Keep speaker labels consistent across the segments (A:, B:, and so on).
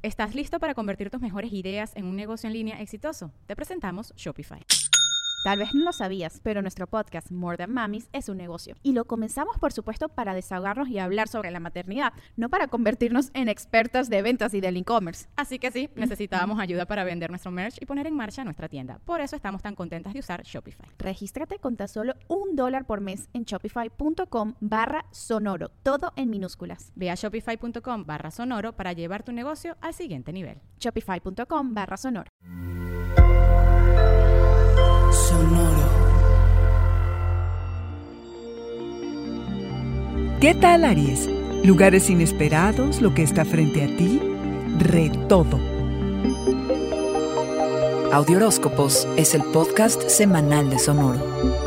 A: ¿Estás listo para convertir tus mejores ideas en un negocio en línea exitoso? Te presentamos Shopify.
B: Tal vez no lo sabías, pero nuestro podcast More Than Mamis es un negocio. Y lo comenzamos, por supuesto, para desahogarnos y hablar sobre la maternidad, no para convertirnos en expertas de ventas y del e-commerce.
A: Así que sí, necesitábamos ayuda para vender nuestro merch y poner en marcha nuestra tienda. Por eso estamos tan contentas de usar Shopify.
B: Regístrate con tan solo $1 por mes en shopify.com/sonoro, todo en minúsculas.
A: Ve a shopify.com/sonoro para llevar tu negocio al siguiente nivel.
B: Shopify.com/sonoro.
C: Sonoro.
D: ¿Qué tal, Aries? Lugares inesperados, lo que está frente a ti, todo.
C: Audioróscopos es el podcast semanal de Sonoro.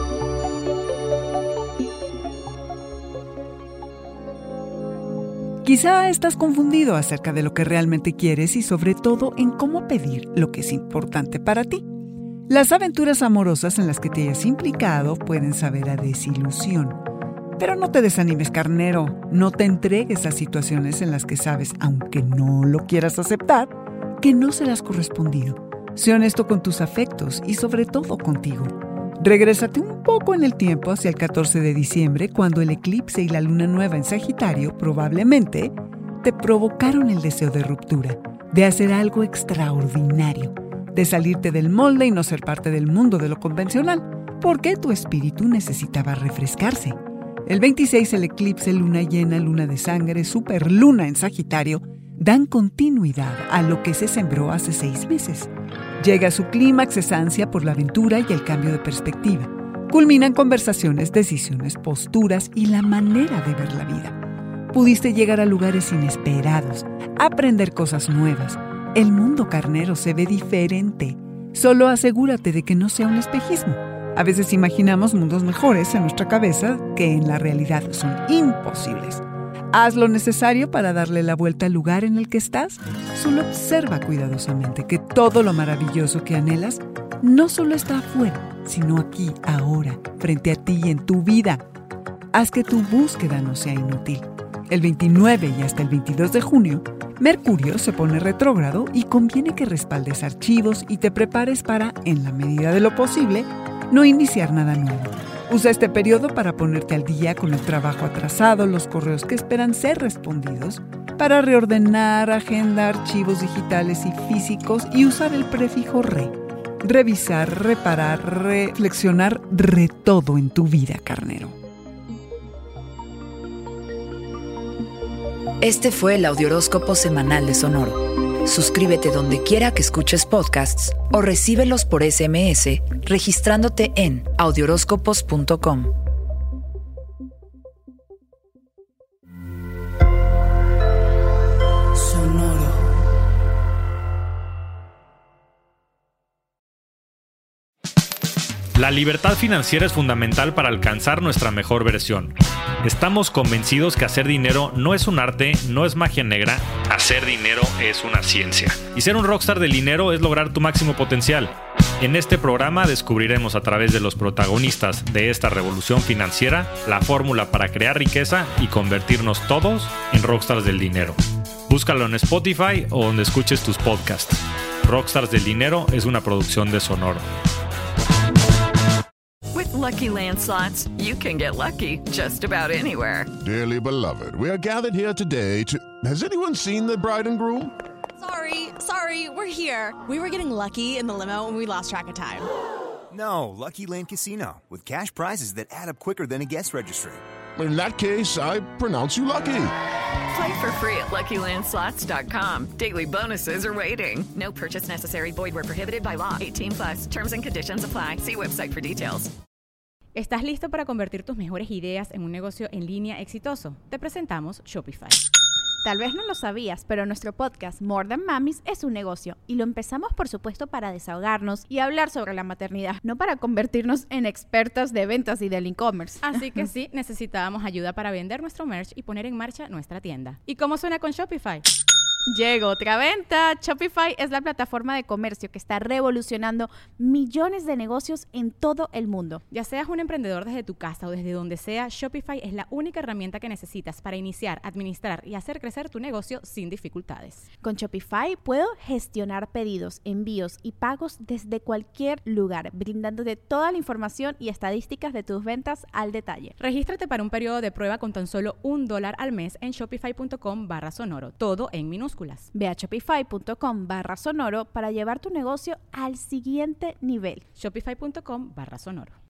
D: Quizá estás confundido acerca de lo que realmente quieres y sobre todo en cómo pedir lo que es importante para ti. Las aventuras amorosas en las que te hayas implicado pueden saber a desilusión. Pero no te desanimes, carnero. No te entregues a situaciones en las que sabes, aunque no lo quieras aceptar, que no serás correspondido. Sé honesto con tus afectos y sobre todo contigo. Regrésate un poco en el tiempo hacia el 14 de diciembre, cuando el eclipse y la luna nueva en Sagitario probablemente te provocaron el deseo de ruptura, de hacer algo extraordinario, de salirte del molde y no ser parte del mundo de lo convencional, porque tu espíritu necesitaba refrescarse. El 26, el eclipse, luna llena, luna de sangre, superluna en Sagitario, dan continuidad a lo que se sembró hace 6 meses. Llega a su clímax esa ansia por la aventura y el cambio de perspectiva. Culminan conversaciones, decisiones, posturas y la manera de ver la vida. Pudiste llegar a lugares inesperados, aprender cosas nuevas. El mundo, carnero, se ve diferente. Solo asegúrate de que no sea un espejismo. A veces imaginamos mundos mejores en nuestra cabeza que en la realidad son imposibles. Haz lo necesario para darle la vuelta al lugar en el que estás. Solo observa cuidadosamente que todo lo maravilloso que anhelas no solo está afuera, sino aquí, ahora, frente a ti y en tu vida. Haz que tu búsqueda no sea inútil. El 29 y hasta el 22 de junio, Mercurio se pone retrógrado y conviene que respaldes archivos y te prepares para, en la medida de lo posible, no iniciar nada nuevo. Usa este periodo para ponerte al día con el trabajo atrasado, los correos que esperan ser respondidos, para reordenar, agendar archivos digitales y físicos y usar el prefijo re. Revisar, reparar, reflexionar, todo en tu vida, carnero.
C: Este fue el Audioróscopo semanal de Sonoro. Suscríbete donde quiera que escuches podcasts o recíbelos por SMS registrándote en audioróscopos.com. Sonoro.
E: La libertad financiera es fundamental para alcanzar nuestra mejor versión. Estamos convencidos que hacer dinero no es un arte, no es magia negra. Hacer dinero es una ciencia. Y ser un rockstar del dinero es lograr tu máximo potencial. En este programa descubriremos a través de los protagonistas de esta revolución financiera la fórmula para crear riqueza y convertirnos todos en rockstars del dinero. Búscalo en Spotify o donde escuches tus podcasts. Rockstars del Dinero es una producción de Sonoro.
F: With Lucky Land Slots, you can get lucky just about anywhere.
G: Dearly beloved, we are gathered here today to... Has anyone seen the bride and groom?
H: Sorry, we're here. We were getting lucky in the limo and we lost track of time.
I: No, Lucky Land Casino, with cash prizes that add up quicker than a guest registry.
G: In that case, I pronounce you lucky.
F: Play for free at LuckyLandSlots.com. Daily bonuses are waiting. No purchase necessary. Void where prohibited by law. 18+. Terms and conditions apply. See website for details.
A: ¿Estás listo para convertir tus mejores ideas en un negocio en línea exitoso? Te presentamos Shopify.
B: Tal vez no lo sabías, pero nuestro podcast More Than Mamis es un negocio. Y lo empezamos, por supuesto, para desahogarnos y hablar sobre la maternidad, no para convertirnos en expertas de ventas y del e-commerce.
A: Así que sí, necesitábamos ayuda para vender nuestro merch y poner en marcha nuestra tienda. ¿Y cómo suena con Shopify?
B: Llegó otra venta. Shopify es la plataforma de comercio que está revolucionando millones de negocios en todo el mundo.
A: Ya seas un emprendedor desde tu casa o desde donde sea, Shopify es la única herramienta que necesitas para iniciar, administrar y hacer crecer tu negocio sin dificultades.
B: Con Shopify puedo gestionar pedidos, envíos y pagos desde cualquier lugar, brindándote toda la información y estadísticas de tus ventas al detalle.
A: Regístrate para un periodo de prueba con tan solo $1 al mes en shopify.com/sonoro, todo en minúsculas.
B: Ve a shopify.com/sonoro para llevar tu negocio al siguiente nivel.
A: Shopify.com/sonoro.